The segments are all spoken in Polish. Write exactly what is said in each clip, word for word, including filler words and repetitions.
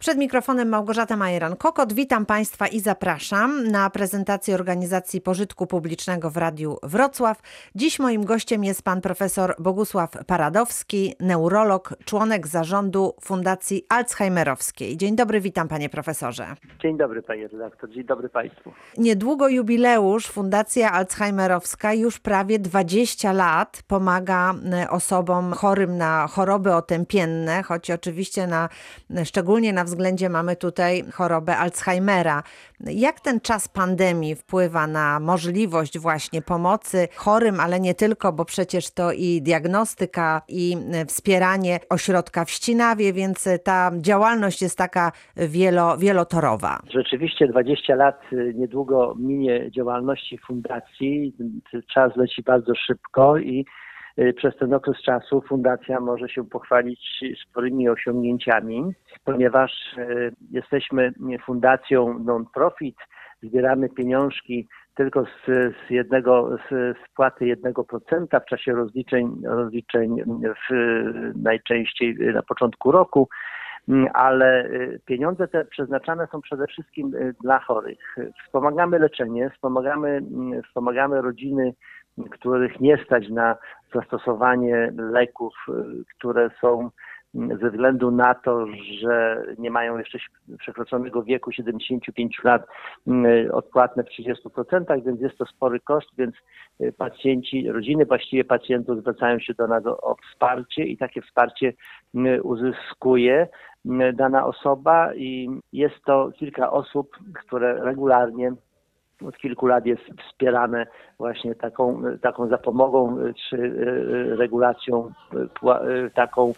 Przed mikrofonem Małgorzata Majeran-Kokot. Witam Państwa i zapraszam na prezentację Organizacji Pożytku Publicznego w Radiu Wrocław. Dziś moim gościem jest pan profesor Bogusław Paradowski, neurolog, członek zarządu Fundacji Alzheimerowskiej. Dzień dobry, witam panie profesorze. Dzień dobry panie redaktor, dzień dobry państwu. Niedługo jubileusz. Fundacja Alzheimerowska już prawie dwadzieścia lat pomaga osobom chorym na choroby otępienne, choć oczywiście na, szczególnie na względzie mamy tutaj chorobę Alzheimera. Jak ten czas pandemii wpływa na możliwość właśnie pomocy chorym, ale nie tylko, bo przecież to i diagnostyka, i wspieranie ośrodka w Ścinawie, więc ta działalność jest taka wielo, wielotorowa. Rzeczywiście dwadzieścia lat niedługo minie działalności fundacji. Czas leci bardzo szybko i przez ten okres czasu fundacja może się pochwalić sporymi osiągnięciami, ponieważ jesteśmy fundacją non-profit, zbieramy pieniążki tylko z, z jednego, z spłaty jednego procenta w czasie rozliczeń, rozliczeń w, najczęściej na początku roku, ale pieniądze te przeznaczane są przede wszystkim dla chorych. Wspomagamy leczenie, wspomagamy, wspomagamy rodziny, których nie stać na zastosowanie leków, które są ze względu na to, że nie mają jeszcze przekroczonego wieku siedemdziesięciu pięciu lat, odpłatne w trzydziestu procentach, więc jest to spory koszt, więc pacjenci, rodziny właściwie pacjentów zwracają się do nas o wsparcie i takie wsparcie uzyskuje dana osoba i jest to kilka osób, które regularnie od kilku lat jest wspierane właśnie taką, taką zapomogą czy regulacją taką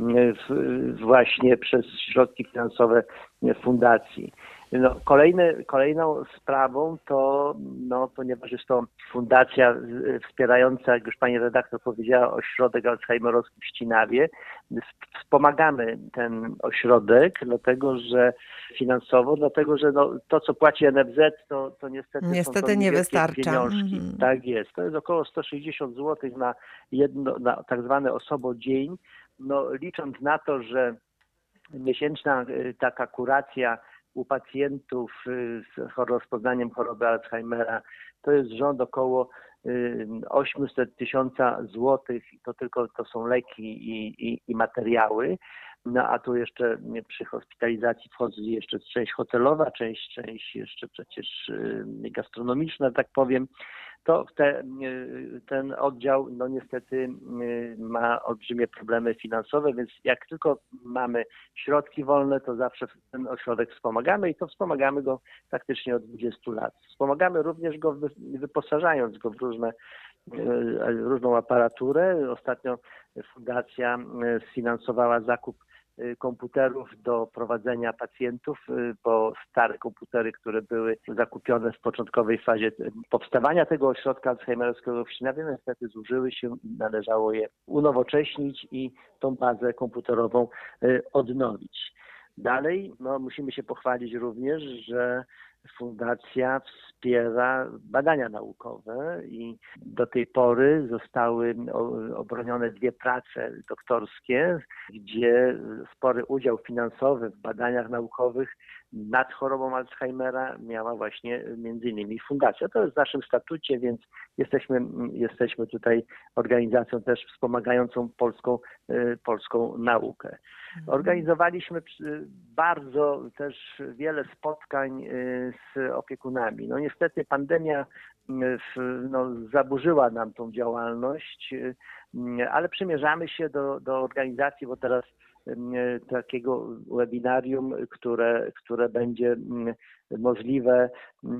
właśnie przez środki finansowe fundacji. No, kolejny, kolejną sprawą to, no, ponieważ jest to fundacja wspierająca, jak już pani redaktor powiedziała, ośrodek alzheimerowski w Ścinawie, wspomagamy ten ośrodek, dlatego że finansowo, dlatego że no, to, co płaci N F Z, to, to niestety, niestety są to nie wystarcza. pieniążki. Mm-hmm. Tak jest. To jest około sto sześćdziesiąt złotych na jedno, na tak zwane osobodzień. No, licząc na to, że miesięczna taka kuracja u pacjentów z rozpoznaniem choroby Alzheimera to jest rząd około osiemset tysięcy złotych, to tylko to są leki i, i, i materiały. No a tu jeszcze przy hospitalizacji wchodzi jeszcze część hotelowa, część, część jeszcze przecież gastronomiczna, tak powiem. To te, ten oddział no niestety ma olbrzymie problemy finansowe, więc jak tylko mamy środki wolne, to zawsze ten ośrodek wspomagamy i to wspomagamy go praktycznie od dwudziestu lat. Wspomagamy również go wyposażając go w różne, różną aparaturę. Ostatnio fundacja sfinansowała zakup komputerów do prowadzenia pacjentów, bo stare komputery, które były zakupione w początkowej fazie powstawania tego ośrodka alzheimerowskiego w Ścinawie, niestety zużyły się i należało je unowocześnić i tą bazę komputerową odnowić. Dalej no, musimy się pochwalić również, że fundacja wspiera badania naukowe i do tej pory zostały obronione dwie prace doktorskie, gdzie spory udział finansowy w badaniach naukowych nad chorobą Alzheimera miała właśnie między innymi fundacja. To jest w naszym statucie, więc jesteśmy, jesteśmy tutaj organizacją też wspomagającą polską, polską naukę. Organizowaliśmy bardzo też wiele spotkań z opiekunami. No niestety pandemia no, zaburzyła nam tą działalność, ale przymierzamy się do, do organizacji, bo teraz takiego webinarium, które, które będzie możliwe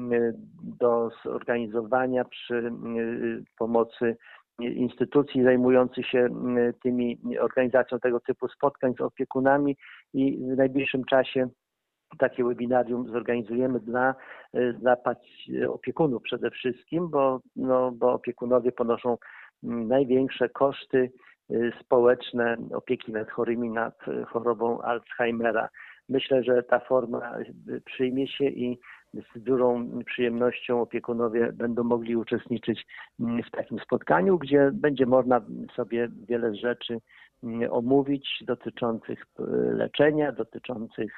do zorganizowania przy pomocy instytucji zajmujących się tymi organizacją tego typu spotkań z opiekunami i w najbliższym czasie takie webinarium zorganizujemy dla, dla opiekunów przede wszystkim, bo, no, bo opiekunowie ponoszą największe koszty społeczne opieki nad chorymi nad chorobą Alzheimera. Myślę, że ta forma przyjmie się i z dużą przyjemnością opiekunowie będą mogli uczestniczyć w takim spotkaniu, gdzie będzie można sobie wiele rzeczy omówić dotyczących leczenia, dotyczących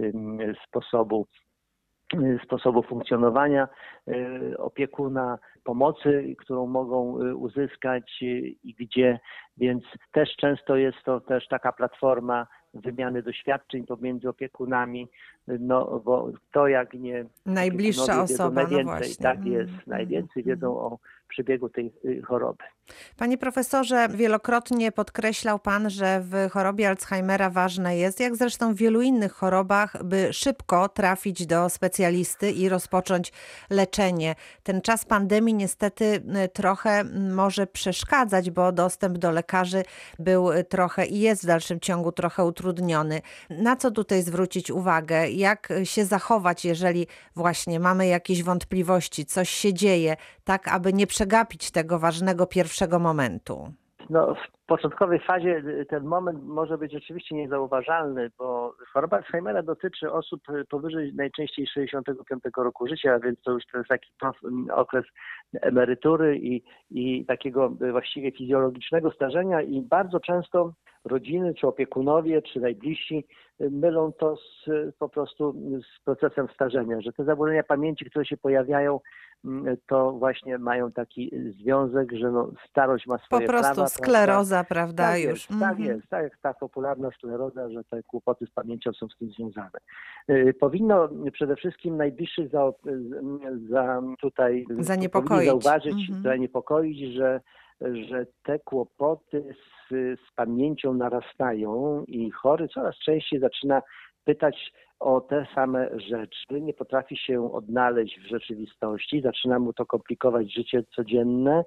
sposobu sposobu funkcjonowania opiekuna, pomocy, którą mogą uzyskać i gdzie, więc też często jest to też taka platforma wymiany doświadczeń pomiędzy opiekunami, no bo to jak nie najbliższa osoba, najwięcej, no właśnie. tak jest, mm, najwięcej mm, wiedzą o przebiegu tej choroby. Panie profesorze, wielokrotnie podkreślał pan, że w chorobie Alzheimera ważne jest, jak zresztą w wielu innych chorobach, by szybko trafić do specjalisty i rozpocząć leczenie. Ten czas pandemii niestety trochę może przeszkadzać, bo dostęp do lekarzy był trochę i jest w dalszym ciągu trochę utrudniony. Na co tutaj zwrócić uwagę? Jak się zachować, jeżeli właśnie mamy jakieś wątpliwości, coś się dzieje, tak aby nie przegapić tego ważnego pierwszego momentu? No, w początkowej fazie ten moment może być rzeczywiście niezauważalny, bo choroba Alzheimera dotyczy osób powyżej najczęściej sześćdziesiątego piątego roku życia, więc to już to jest taki okres emerytury i, i takiego właściwie fizjologicznego starzenia i bardzo często rodziny, czy opiekunowie, czy najbliżsi mylą to z, po prostu z procesem starzenia, że te zaburzenia pamięci, które się pojawiają, to właśnie mają taki związek, że no, starość ma swoje prawa. Po prostu prawa, skleroza, prawda? prawda? Tak już. jest, tak Mhm. jest, tak jak ta popularna skleroza, że te kłopoty z pamięcią są z tym związane. Powinno przede wszystkim najbliższych za, za tutaj Zaniepokoić. zauważyć, Mhm. zaniepokoić, że że te kłopoty z, z pamięcią narastają i chory coraz częściej zaczyna pytać o te same rzeczy, nie potrafi się odnaleźć w rzeczywistości, zaczyna mu to komplikować życie codzienne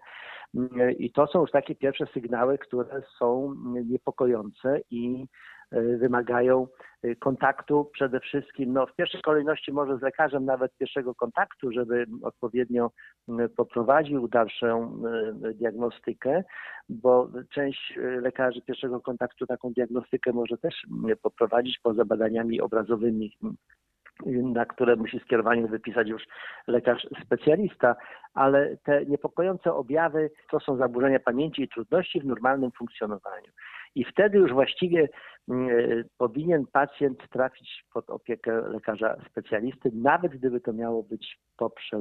i to są już takie pierwsze sygnały, które są niepokojące i wymagają kontaktu przede wszystkim, no w pierwszej kolejności może z lekarzem nawet pierwszego kontaktu, żeby odpowiednio poprowadził dalszą diagnostykę, bo część lekarzy pierwszego kontaktu taką diagnostykę może też poprowadzić poza badaniami obrazowymi, na które musi skierowanie wypisać już lekarz specjalista, ale te niepokojące objawy to są zaburzenia pamięci i trudności w normalnym funkcjonowaniu. I wtedy już właściwie powinien pacjent trafić pod opiekę lekarza specjalisty, nawet gdyby to miało być poprzez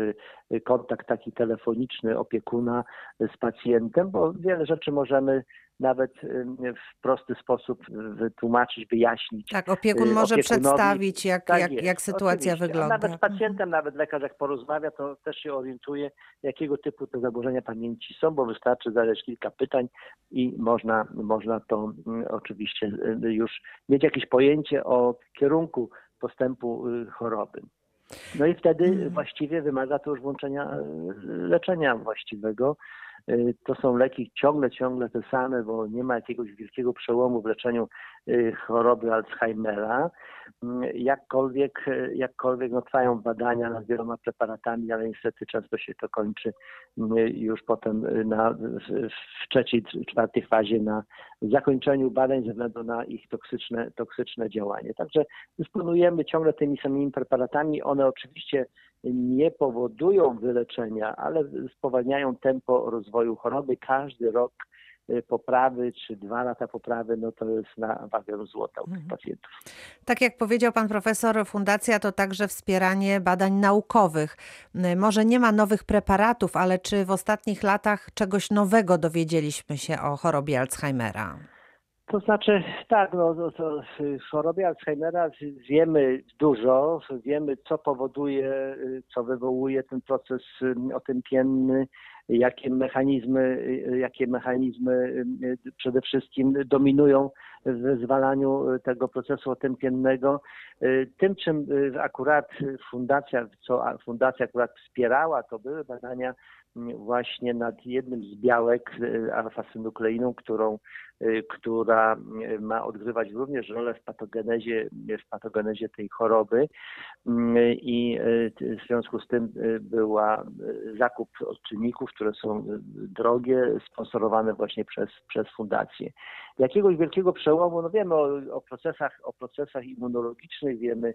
kontakt taki telefoniczny opiekuna z pacjentem, bo wiele rzeczy możemy nawet w prosty sposób wytłumaczyć, wyjaśnić. Tak, opiekun może przedstawić, jak, tak jak, jest, jak sytuacja oczywiście. wygląda. A nawet z pacjentem, nawet lekarz jak porozmawia, to też się orientuje, jakiego typu te zaburzenia pamięci są, bo wystarczy zadać kilka pytań i można, można to oczywiście już mieć jakieś pojęcie o kierunku postępu choroby. No i wtedy hmm. właściwie wymaga to już włączenia leczenia właściwego. To są leki ciągle, ciągle te same, bo nie ma jakiegoś wielkiego przełomu w leczeniu choroby Alzheimera. Jakkolwiek, jakkolwiek no, trwają badania nad wieloma preparatami, ale niestety często się to kończy już potem na, w trzeciej, czwartej fazie na zakończeniu badań ze względu na ich toksyczne, toksyczne działanie. Także dysponujemy ciągle tymi samymi preparatami. One oczywiście nie powodują wyleczenia, ale spowalniają tempo rozwoju choroby. Każdy rok poprawy, czy dwa lata poprawy, no to jest na wagę złota u tych pacjentów. Tak jak powiedział pan profesor, fundacja to także wspieranie badań naukowych. Może nie ma nowych preparatów, ale czy w ostatnich latach czegoś nowego dowiedzieliśmy się o chorobie Alzheimera? To znaczy, tak, no, to, to w chorobie Alzheimera wiemy dużo, wiemy co powoduje, co wywołuje ten proces otępienny, jakie mechanizmy, jakie mechanizmy przede wszystkim dominują w zwalaniu tego procesu otępiennego. Tym, czym akurat fundacja, co fundacja akurat wspierała, to były badania właśnie nad jednym z białek, alfa-synukleiną, którą która ma odgrywać również rolę w patogenezie, w patogenezie tej choroby i w związku z tym była zakup odczynników, które są drogie, sponsorowane właśnie przez, przez fundację. Jakiegoś wielkiego przełomu, no wiemy o, o procesach, o procesach immunologicznych, wiemy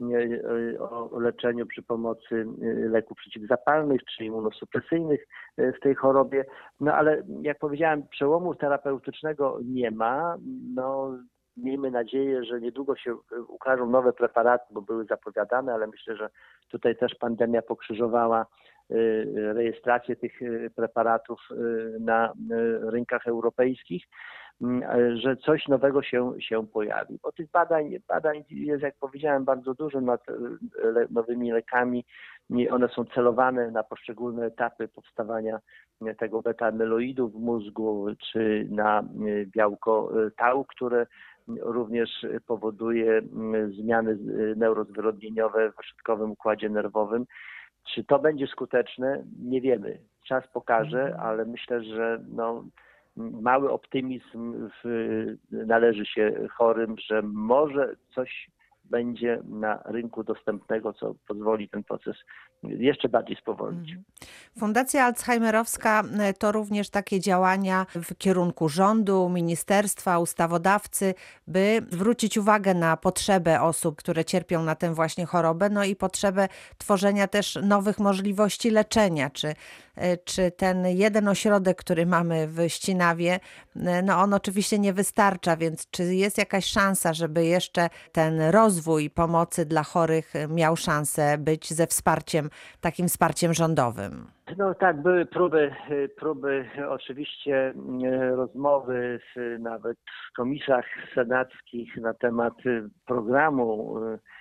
o leczeniu przy pomocy leków przeciwzapalnych czy immunosupresyjnych w tej chorobie, no ale jak powiedziałem, przełomu terapeutycznego nie ma. No, miejmy nadzieję, że niedługo się ukażą nowe preparaty, bo były zapowiadane, ale myślę, że tutaj też pandemia pokrzyżowała rejestrację tych preparatów na rynkach europejskich, że coś nowego się, się pojawi. Bo tych badań, badań jest, jak powiedziałem, bardzo dużo nad nowymi lekami. One są celowane na poszczególne etapy powstawania tego beta-amyloidu w mózgu, czy na białko tau, które również powoduje zmiany neurozwyrodnieniowe w ośrodkowym układzie nerwowym. Czy to będzie skuteczne? Nie wiemy. Czas pokaże, ale myślę, że no, mały optymizm w, należy się chorym, że może coś będzie na rynku dostępnego, co pozwoli ten proces jeszcze bardziej spowolnić. Fundacja Alzheimerowska to również takie działania w kierunku rządu, ministerstwa, ustawodawcy, by zwrócić uwagę na potrzebę osób, które cierpią na tę właśnie chorobę, no i potrzebę tworzenia też nowych możliwości leczenia. Czy, czy ten jeden ośrodek, który mamy w Ścinawie, no on oczywiście nie wystarcza, więc czy jest jakaś szansa, żeby jeszcze ten rozwój pomocy dla chorych miał szansę być ze wsparciem, takim wsparciem rządowym? No tak, były próby, próby oczywiście rozmowy w, nawet w komisjach senackich na temat programu,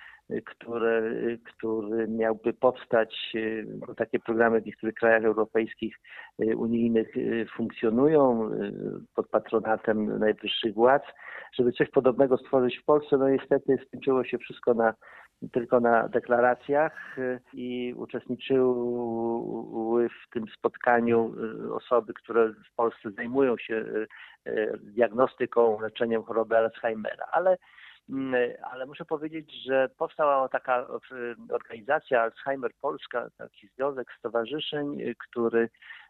który, który miałby powstać, bo takie programy w niektórych krajach europejskich unijnych funkcjonują pod patronatem najwyższych władz, żeby coś podobnego stworzyć w Polsce. No niestety skończyło się wszystko na tylko na deklaracjach i uczestniczyły w tym spotkaniu osoby, które w Polsce zajmują się diagnostyką, leczeniem choroby Alzheimera. Ale, ale muszę powiedzieć, że powstała taka organizacja Alzheimer Polska, taki związek stowarzyszeń, który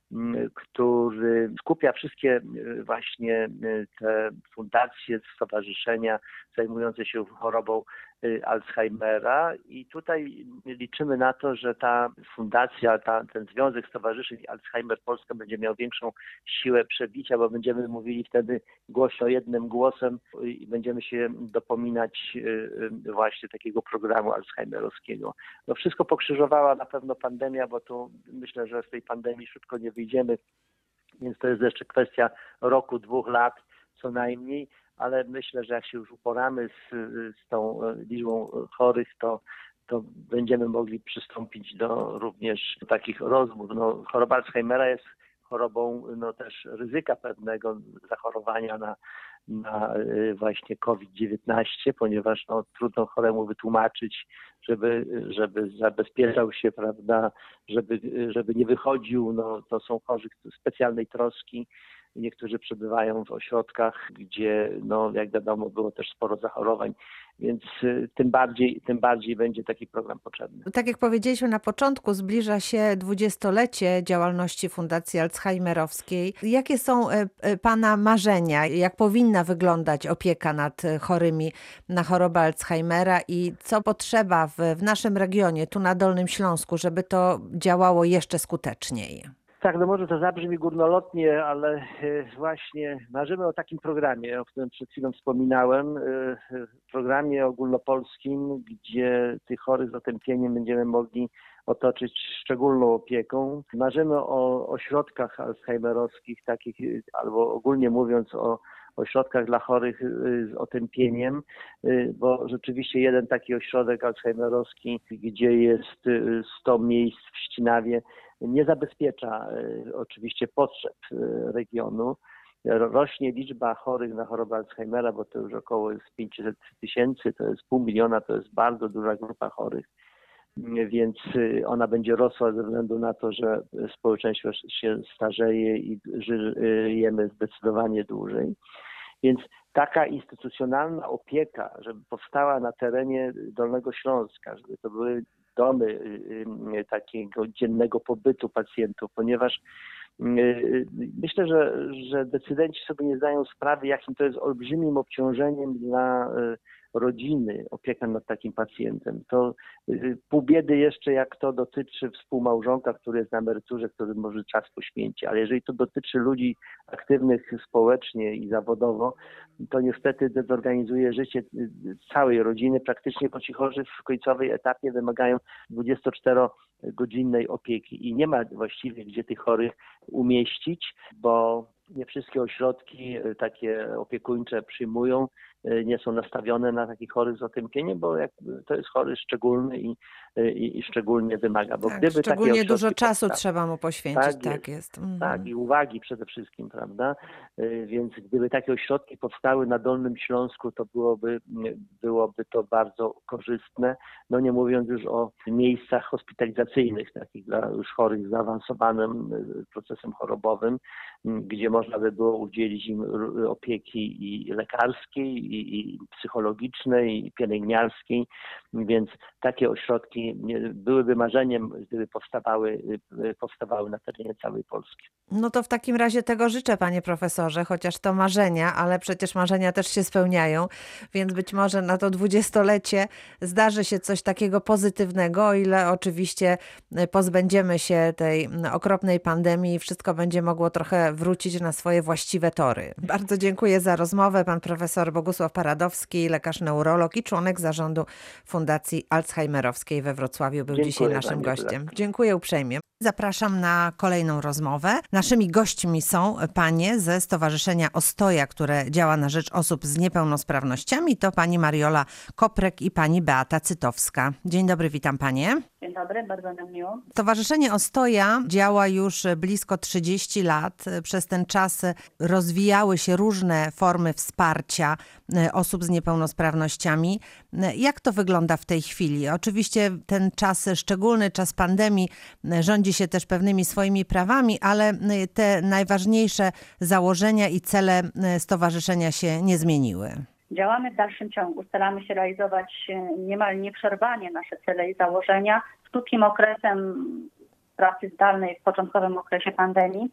który skupia wszystkie właśnie te fundacje, stowarzyszenia zajmujące się chorobą Alzheimera i tutaj liczymy na to, że ta fundacja, ta, ten Związek Stowarzyszeń Alzheimer Polska będzie miał większą siłę przebicia, bo będziemy mówili wtedy głośno jednym głosem i będziemy się dopominać właśnie takiego programu alzheimerowskiego. No wszystko pokrzyżowała na pewno pandemia, bo tu myślę, że z tej pandemii szybko nie wyjdziemy, więc to jest jeszcze kwestia roku, dwóch lat co najmniej. Ale myślę, że jak się już uporamy z, z tą liczbą chorych, to, to będziemy mogli przystąpić do również takich rozmów. No, choroba Alzheimera jest chorobą no, też ryzyka pewnego zachorowania na, na właśnie COVID dziewiętnaście, ponieważ no, trudno choremu wytłumaczyć, żeby, żeby zabezpieczał się, prawda, żeby, żeby nie wychodził. No, to są chorzy specjalnej troski. Niektórzy przebywają w ośrodkach, gdzie, no, jak wiadomo, było też sporo zachorowań, więc tym bardziej, tym bardziej będzie taki program potrzebny. Tak jak powiedzieliśmy na początku, zbliża się dwudziestolecie działalności Fundacji Alzheimerowskiej. Jakie są Pana marzenia? Jak powinna wyglądać opieka nad chorymi na chorobę Alzheimera i co potrzeba w, w naszym regionie, tu na Dolnym Śląsku, żeby to działało jeszcze skuteczniej? Tak, no może to zabrzmi górnolotnie, ale właśnie marzymy o takim programie, o którym przed chwilą wspominałem, programie ogólnopolskim, gdzie tych chorych z otępieniem będziemy mogli otoczyć szczególną opieką. Marzymy o ośrodkach alzheimerowskich, takich, albo ogólnie mówiąc o ośrodkach dla chorych z otępieniem, bo rzeczywiście jeden taki ośrodek alzheimerowski, gdzie jest sto miejsc w Ścinawie, nie zabezpiecza oczywiście potrzeb regionu. Rośnie liczba chorych na chorobę Alzheimera, bo to już około pięćset tysięcy, to jest pół miliona, to jest bardzo duża grupa chorych, więc ona będzie rosła ze względu na to, że społeczeństwo się starzeje i żyjemy zdecydowanie dłużej. Więc taka instytucjonalna opieka, żeby powstała na terenie Dolnego Śląska, żeby to były domy takiego dziennego pobytu pacjentów, ponieważ myślę, że, że decydenci sobie nie zdają sprawy, jakim to jest olbrzymim obciążeniem dla rodziny opieka nad takim pacjentem. To pół biedy jeszcze, jak to dotyczy współmałżonka, który jest na emeryturze, który może czas poświęci, ale jeżeli to dotyczy ludzi aktywnych społecznie i zawodowo, to niestety dezorganizuje życie całej rodziny praktycznie, bo ci chorzy w końcowej etapie wymagają dwudziestoczterogodzinnej opieki i nie ma właściwie gdzie tych chorych umieścić, bo nie wszystkie ośrodki takie opiekuńcze przyjmują, nie są nastawione na takich chorych z otępieniem, bo to jest chory szczególny i, i, i szczególnie wymaga. Bo tak, gdyby szczególnie takie dużo czasu powstały, trzeba mu poświęcić, tak, tak jest. jest. Mhm. Tak, i uwagi przede wszystkim, prawda? Więc gdyby takie ośrodki powstały na Dolnym Śląsku, to byłoby, byłoby to bardzo korzystne. No nie mówiąc już o miejscach hospitalizacyjnych, takich dla już chorych z zaawansowanym procesem chorobowym, gdzie można by było udzielić im opieki i lekarskiej, i, i psychologicznej, i pielęgniarskiej, więc takie ośrodki byłyby marzeniem, gdyby powstawały, powstawały na terenie całej Polski. No to w takim razie tego życzę, panie profesorze, chociaż to marzenia, ale przecież marzenia też się spełniają, więc być może na to dwudziestolecie zdarzy się coś takiego pozytywnego, o ile oczywiście pozbędziemy się tej okropnej pandemii i wszystko będzie mogło trochę wrócić na swoje właściwe tory. Bardzo dziękuję za rozmowę. Pan profesor Bogusław Paradowski, lekarz neurolog i członek zarządu Fundacji Alzheimerowskiej we Wrocławiu, był Dziękuję, dzisiaj naszym gościem. redaktor. Dziękuję uprzejmie. Zapraszam na kolejną rozmowę. Naszymi gośćmi są panie ze Stowarzyszenia Ostoja, które działa na rzecz osób z niepełnosprawnościami. To pani Mariola Koprek i pani Beata Cytowska. Dzień dobry, witam panie. Dzień dobry, bardzo nam miło. Stowarzyszenie Ostoja działa już blisko trzydzieści lat. Przez ten czas rozwijały się różne formy wsparcia osób z niepełnosprawnościami. Jak to wygląda w tej chwili? Oczywiście ten czas szczególny, czas pandemii, rządzi się też pewnymi swoimi prawami, ale te najważniejsze założenia i cele stowarzyszenia się nie zmieniły. Działamy w dalszym ciągu, staramy się realizować niemal nieprzerwanie nasze cele i założenia. Z krótkim okresem pracy zdalnej w początkowym okresie pandemii.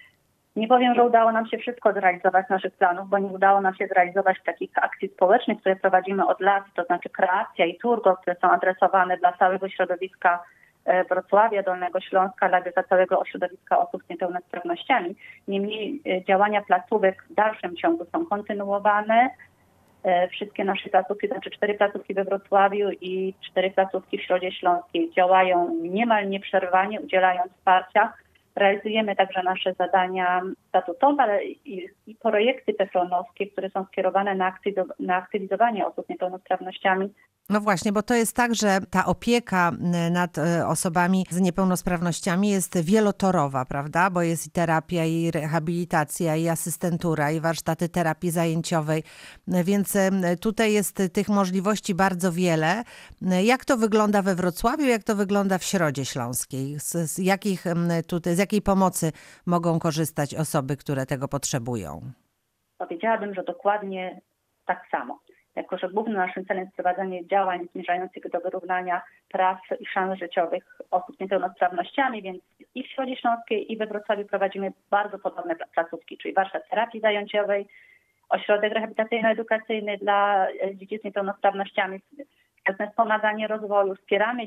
Nie powiem, że udało nam się wszystko zrealizować z naszych planów, bo nie udało nam się zrealizować takich akcji społecznych, które prowadzimy od lat, to znaczy kreacja i turbo, które są adresowane dla całego środowiska Wrocławia, Dolnego Śląska, ale dla całego środowiska osób z niepełnosprawnościami. Niemniej działania placówek w dalszym ciągu są kontynuowane. Wszystkie nasze placówki, to znaczy cztery placówki we Wrocławiu i cztery placówki w Środzie Śląskiej działają niemal nieprzerwanie, udzielając wsparcia. Realizujemy także nasze zadania statutowe, ale i, i projekty pefronowskie, które są skierowane na, aktyw, na aktywizowanie osób z niepełnosprawnościami. No właśnie, bo to jest tak, że ta opieka nad osobami z niepełnosprawnościami jest wielotorowa, prawda? Bo jest i terapia, i rehabilitacja, i asystentura, i warsztaty terapii zajęciowej, więc tutaj jest tych możliwości bardzo wiele. Jak to wygląda we Wrocławiu, jak to wygląda w Środzie Śląskiej? Z, z, jakich tutaj, z jakiej pomocy mogą korzystać osoby, które tego potrzebują? Powiedziałabym, że dokładnie tak samo. Jako że głównym naszym celem jest prowadzenie działań zmierzających do wyrównania praw i szans życiowych osób z niepełnosprawnościami, więc i w Środzie Śląskiej, i we Wrocławiu prowadzimy bardzo podobne placówki, czyli warsztat terapii zajęciowej, ośrodek rehabilitacyjno-edukacyjny dla dzieci z niepełnosprawnościami, wczesne wspomaganie rozwoju. Wspieramy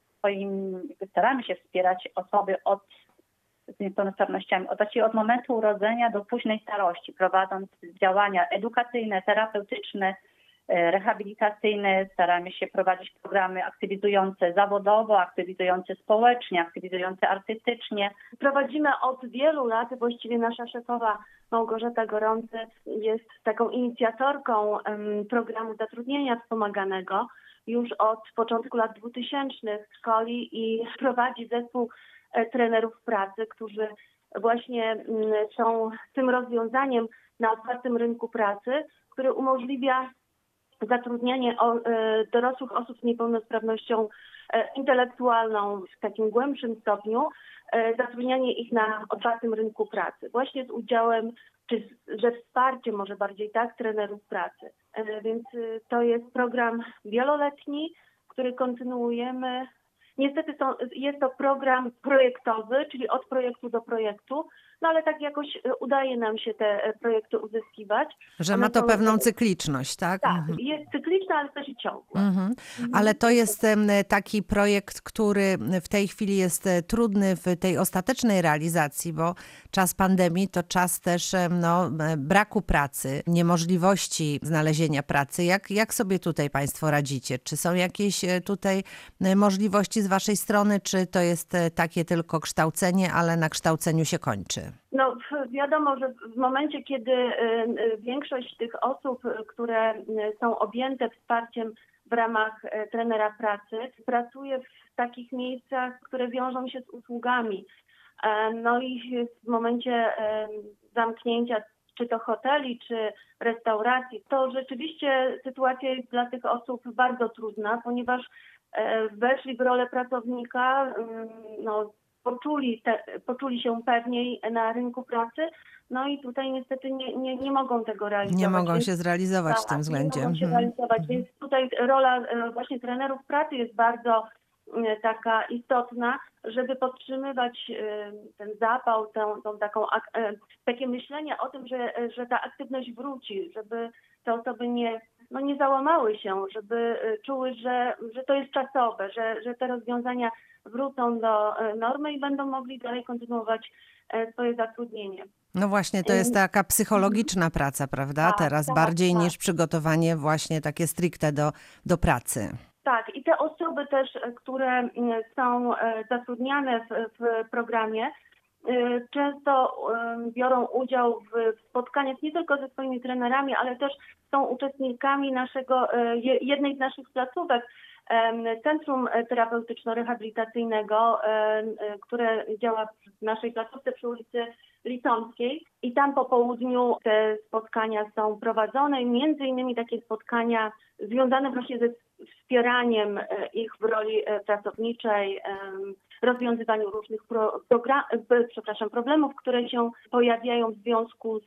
swoim, staramy się wspierać osoby od z niepełnosprawnościami, od, właściwie od momentu urodzenia do późnej starości, prowadząc działania edukacyjne, terapeutyczne, rehabilitacyjne. Staramy się prowadzić programy aktywizujące zawodowo, aktywizujące społecznie, aktywizujące artystycznie. Prowadzimy od wielu lat, właściwie nasza szefowa Małgorzata Gorący jest taką inicjatorką programu zatrudnienia wspomaganego. Już od początku lat dwutysięcznych szkoli i prowadzi zespół trenerów pracy, którzy właśnie są tym rozwiązaniem na otwartym rynku pracy, który umożliwia zatrudnianie dorosłych osób z niepełnosprawnością intelektualną w takim głębszym stopniu, zatrudnianie ich na otwartym rynku pracy, właśnie z udziałem, czy ze wsparciem może bardziej tak, trenerów pracy. Więc to jest program wieloletni, który kontynuujemy. Niestety są, jest to program projektowy, czyli od projektu do projektu, no ale tak jakoś udaje nam się te projekty uzyskiwać. Że One ma to są, pewną cykliczność, tak? Tak, Mhm. jest cykliczna, ale też i ciągła. Mhm. Mhm. Ale to jest em, taki projekt, który w tej chwili jest e, trudny w tej ostatecznej realizacji, bo czas pandemii to czas też em, no, e, braku pracy, niemożliwości znalezienia pracy. Jak, jak sobie tutaj Państwo radzicie? Czy są jakieś e, tutaj e, możliwości z Waszej strony, czy to jest e, takie tylko kształcenie, ale na kształceniu się kończy? No wiadomo, że w momencie, kiedy większość tych osób, które są objęte wsparciem w ramach trenera pracy, pracuje w takich miejscach, które wiążą się z usługami. No i w momencie zamknięcia czy to hoteli, czy restauracji, to rzeczywiście sytuacja jest dla tych osób bardzo trudna, ponieważ weszli w rolę pracownika, no, Poczuli, te, poczuli się pewniej na rynku pracy, no i tutaj niestety nie, nie, nie mogą tego realizować. Nie mogą więc, się zrealizować tak, w tym względzie. Nie mogą się Mhm. realizować, więc tutaj rola właśnie trenerów pracy jest bardzo taka istotna, żeby podtrzymywać ten zapał, tą, tą taką, takie myślenie o tym, że, że ta aktywność wróci, żeby te osoby nie, no nie załamały się, żeby czuły, że, że to jest czasowe, że, że te rozwiązania wrócą do normy i będą mogli dalej kontynuować swoje zatrudnienie. No właśnie, to jest taka psychologiczna praca, prawda? Tak, Teraz tak, bardziej tak. niż przygotowanie właśnie takie stricte do, do pracy. Tak, i te osoby też, które są zatrudniane w, w programie, często biorą udział w spotkaniach nie tylko ze swoimi trenerami, ale też są uczestnikami naszego, jednej z naszych placówek, Centrum Terapeutyczno-Rehabilitacyjnego, które działa w naszej placówce przy ulicy Litońskiej i tam po południu te spotkania są prowadzone, między innymi takie spotkania związane właśnie ze wspieraniem ich w roli pracowniczej, rozwiązywaniu różnych pro, program, przepraszam, problemów, które się pojawiają w związku z,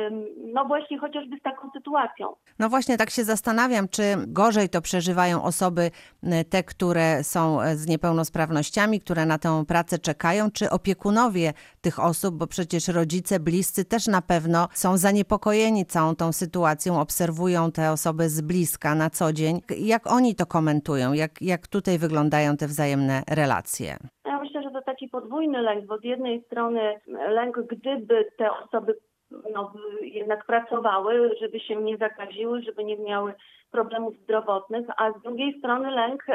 no właśnie chociażby z taką sytuacją. No właśnie tak się zastanawiam, czy gorzej to przeżywają osoby te, które są z niepełnosprawnościami, które na tę pracę czekają, czy opiekunowie tych osób, bo przecież rodzice, bliscy też na pewno są zaniepokojeni całą tą sytuacją, obserwują te osoby z bliska na co dzień. Jak oni to komentują? Jak, jak tutaj wyglądają te wzajemne relacje? Ja myślę, że to taki podwójny lęk, bo z jednej strony lęk, gdyby te osoby no, jednak pracowały, żeby się nie zakaziły, żeby nie miały problemów zdrowotnych, a z drugiej strony lęk,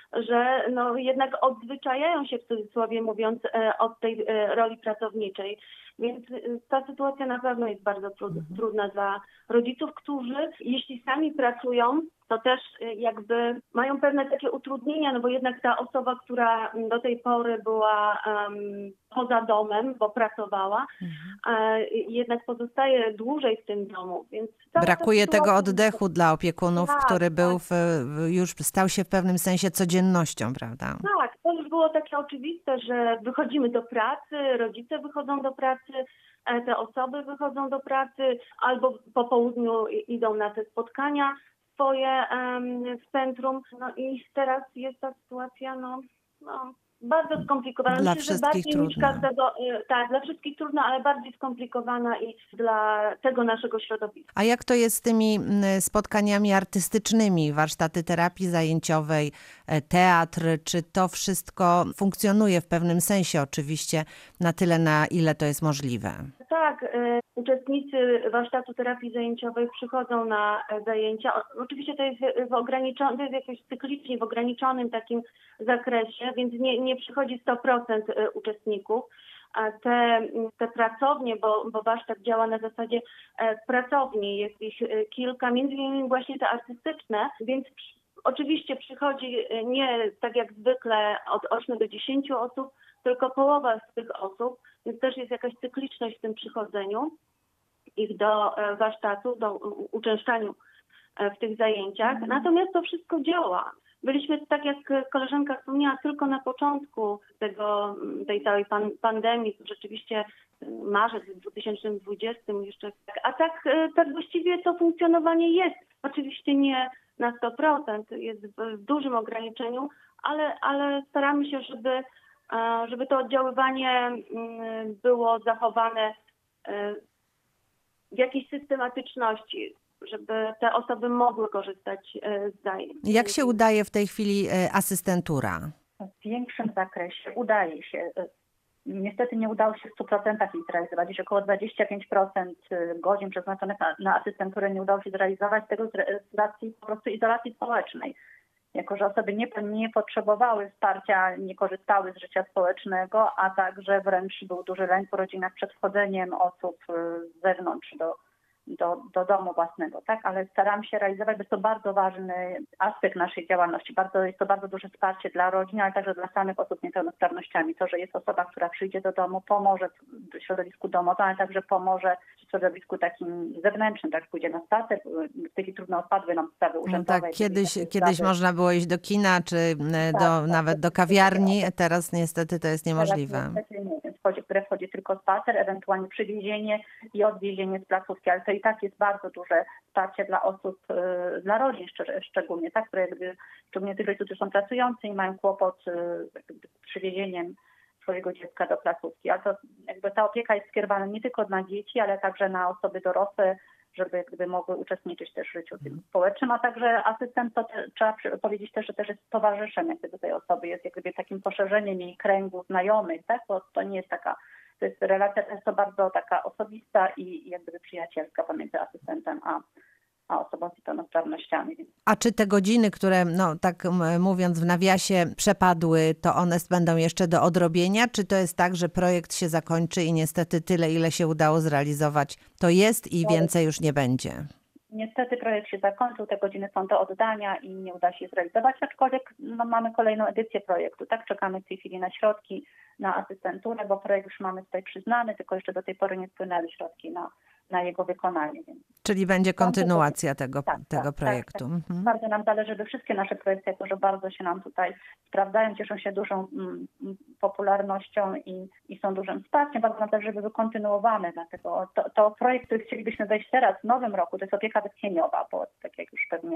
że no, jednak odzwyczajają się, w cudzysłowie mówiąc, od tej roli pracowniczej. Więc ta sytuacja na pewno jest bardzo trudna dla rodziców, którzy jeśli sami pracują, to też jakby mają pewne takie utrudnienia, no bo jednak ta osoba, która do tej pory była um, poza domem, bo pracowała, mhm. jednak pozostaje dłużej w tym domu. Więc brakuje tego oddechu dla opiekunów, tak, który tak. był w, już stał się w pewnym sensie codziennością, prawda? Tak, to już było takie oczywiste, że wychodzimy do pracy, rodzice wychodzą do pracy, te osoby wychodzą do pracy albo po południu idą na te spotkania swoje um, w centrum. No i teraz jest ta sytuacja, no, no bardzo skomplikowana. Dla Myślę, wszystkich że niż trudna. Każdego, tak, dla wszystkich trudna, ale bardziej skomplikowana i dla tego naszego środowiska. A jak to jest z tymi spotkaniami artystycznymi, warsztaty terapii zajęciowej, teatr, czy to wszystko funkcjonuje w pewnym sensie oczywiście na tyle, na ile to jest możliwe? Tak, y, uczestnicy warsztatu terapii zajęciowej przychodzą na zajęcia. Oczywiście to jest w ograniczonym, to jest jakoś cyklicznie w ograniczonym takim zakresie, więc nie, nie przychodzi sto procent uczestników. A te, te pracownie, bo, bo warsztat działa na zasadzie pracowni, jest ich kilka, między innymi właśnie te artystyczne, więc oczywiście przychodzi nie tak jak zwykle od ośmiu do dziesięciu osób, tylko połowa z tych osób, więc też jest jakaś cykliczność w tym przychodzeniu ich do warsztatu, do uczęszczaniu w tych zajęciach. Natomiast to wszystko działa. Byliśmy, tak jak koleżanka wspomniała, tylko na początku tego, tej całej pan, pandemii, rzeczywiście marzec dwa tysiące dwudziesty jeszcze. A tak, tak właściwie to funkcjonowanie jest. Oczywiście nie na sto procent, jest w, w dużym ograniczeniu, ale, ale staramy się, żeby, żeby to oddziaływanie było zachowane w jakiejś systematyczności, żeby te osoby mogły korzystać z zajęć. Jak się udaje w tej chwili asystentura? W większym zakresie udaje się. Niestety nie udało się w stu procentach jej zrealizować. Już około dwadzieścia pięć procent godzin przeznaczonych na, na asystenturę nie udało się zrealizować z tego z racji po prostu izolacji społecznej. Jako że osoby nie, nie potrzebowały wsparcia, nie korzystały z życia społecznego, a także wręcz był duży lęk po rodzinach przed wchodzeniem osób z zewnątrz do Do, do domu własnego, tak? Ale staram się realizować, bo jest to bardzo ważny aspekt naszej działalności. Bardzo, jest to bardzo duże wsparcie dla rodzin, ale także dla samych osób z niepełnosprawnościami. To, że jest osoba, która przyjdzie do domu, pomoże w środowisku domowym, ale także pomoże w środowisku takim zewnętrznym, tak? Pójdzie na spacer, w tej chwili trudno odpadły nam sprawy urzędowe. No tak, kiedyś, kiedyś można było iść do kina, czy do, tak, nawet do kawiarni, teraz niestety to jest niemożliwe. Teraz niestety nie, więc wchodzi, w grę wchodzi tylko spacer, ewentualnie przywiezienie i odwiezienie z placówki, ale to i tak jest bardzo duże wsparcie dla osób, dla rodzin szczególnie, tak, które jakby, szczególnie tych rodziców, którzy są pracujący i mają kłopot z przywiezieniem swojego dziecka do placówki. Ale to jakby ta opieka jest skierowana nie tylko na dzieci, ale także na osoby dorosłe, żeby gdyby mogły uczestniczyć też w życiu tym społecznym, a także asystent, to te, trzeba powiedzieć też, że też jest towarzyszem jak gdyby tej osoby, jest jak gdyby takim poszerzeniem jej kręgu znajomych, tak, bo to nie jest taka, to jest relacja często bardzo taka osobista i jak gdyby przyjacielska pomiędzy asystentem a, a osobą z niepełnosprawnościami. A czy te godziny, które, no tak mówiąc w nawiasie, przepadły, to one będą jeszcze do odrobienia? Czy to jest tak, że projekt się zakończy i niestety tyle, ile się udało zrealizować, to jest i więcej już nie będzie? Niestety projekt się zakończył, te godziny są do oddania i nie uda się zrealizować, aczkolwiek no, mamy kolejną edycję projektu. Tak, czekamy w tej chwili na środki, na asystenturę, bo projekt już mamy tutaj przyznany, tylko jeszcze do tej pory nie wpłynęły środki na, na jego wykonanie. Więc czyli będzie kontynuacja tego, tak, tego tak, projektu. Tak, tak. Mhm. Bardzo nam zależy, żeby wszystkie nasze projekty, jako że bardzo się nam tutaj sprawdzają, cieszą się dużą mm, popularnością i, i są dużym wsparciem, bardzo nam zależy, żeby były kontynuowane. Dlatego to, to projekt, który chcielibyśmy wejść teraz w nowym roku, to jest opieka wytchnieniowa, bo tak jak już pewnie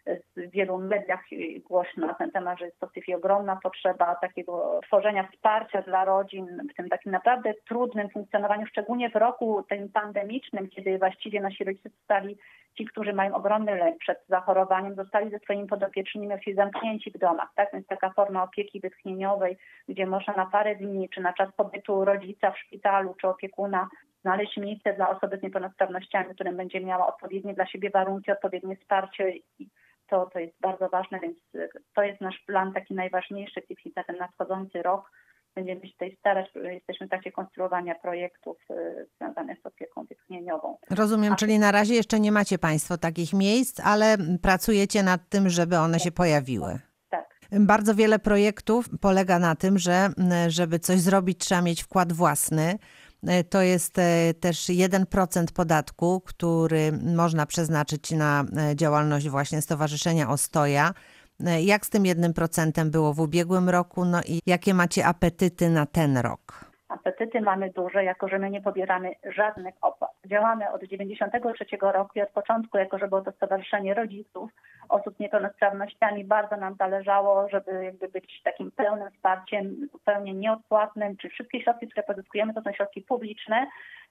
w wielu mediach głośno na ten temat, że jest to w tej chwili ogromna potrzeba takiego tworzenia wsparcia dla rodzin w tym takim naprawdę trudnym funkcjonowaniu, szczególnie w roku tym pandemicznym, kiedy właściwie nasi rodzice zostali, ci, którzy mają ogromny lęk przed zachorowaniem, zostali ze swoimi podopiecznymi zamknięci w domach, tak? Więc taka forma opieki wytchnieniowej, gdzie można na parę dni, czy na czas pobytu rodzica w szpitalu, czy opiekuna znaleźć miejsce dla osoby z niepełnosprawnościami, którym będzie miała odpowiednie dla siebie warunki, odpowiednie wsparcie i to, to jest bardzo ważne, więc to jest nasz plan taki najważniejszy w tej chwili na ten nadchodzący rok. Będziemy się tutaj starać, jesteśmy w trakcie konstruowania projektów y, związanych z opieką wytchnieniową. Rozumiem, A... czyli na razie jeszcze nie macie Państwo takich miejsc, ale pracujecie nad tym, żeby one się pojawiły. Tak. Bardzo wiele projektów polega na tym, że żeby coś zrobić, trzeba mieć wkład własny. To jest też jeden procent podatku, który można przeznaczyć na działalność właśnie Stowarzyszenia Ostoja. Jak z tym jednym procentem było w ubiegłym roku, no i jakie macie apetyty na ten rok? Apetyty mamy duże, jako że my nie pobieramy żadnych opłat. Działamy od dziewięćdziesiątego trzeciego roku i od początku, jako że było to Stowarzyszenie Rodziców Osób z Niepełnosprawnościami, bardzo nam zależało, żeby jakby być takim pełnym wsparciem, zupełnie nieodpłatnym, czy wszystkie środki, które pozyskujemy, to są środki publiczne,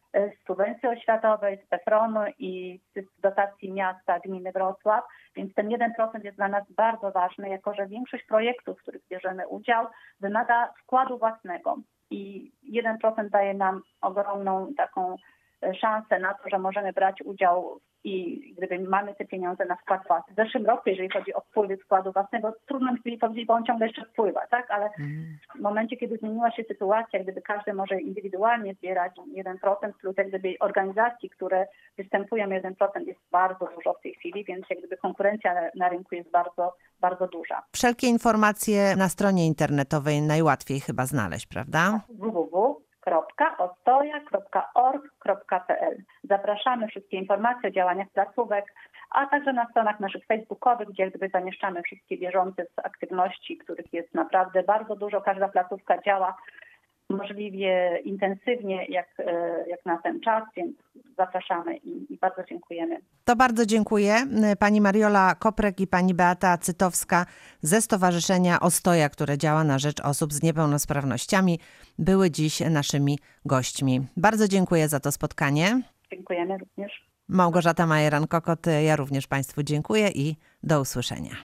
z subwencji oświatowej, z P F R O N-u i z dotacji miasta, gminy Wrocław, więc ten jeden procent jest dla nas bardzo ważny, jako że większość projektów, w których bierzemy udział, wymaga wkładu własnego i jeden procent daje nam ogromną taką szansę na to, że możemy brać udział i gdyby mamy te pieniądze na wkład własny. W zeszłym roku, jeżeli chodzi o wpływy wkładu własnego, trudno mi chwili powiedzieć, bo on ciągle jeszcze wpływa, tak? Ale w momencie, kiedy zmieniła się sytuacja, gdyby każdy może indywidualnie zbierać jeden procent, plus jak gdyby organizacji, które występują jeden procent jest bardzo dużo w tej chwili, więc jak gdyby konkurencja na, na rynku jest bardzo, bardzo duża. Wszelkie informacje na stronie internetowej najłatwiej chyba znaleźć, prawda? w w w kropka ostoja kropka org kropka p l. Zapraszamy, wszystkie informacje o działaniach placówek, a także na stronach naszych facebookowych, gdzie gdyby zamieszczamy wszystkie bieżące z aktywności, których jest naprawdę bardzo dużo. Każda placówka działa możliwie intensywnie jak, jak na ten czas, więc zapraszamy i, i bardzo dziękujemy. To bardzo dziękuję. Pani Mariola Koprek i pani Beata Cytowska ze Stowarzyszenia Ostoja, które działa na rzecz osób z niepełnosprawnościami, były dziś naszymi gośćmi. Bardzo dziękuję za to spotkanie. Dziękujemy również. Małgorzata Majeran-Kokot, ja również Państwu dziękuję i do usłyszenia.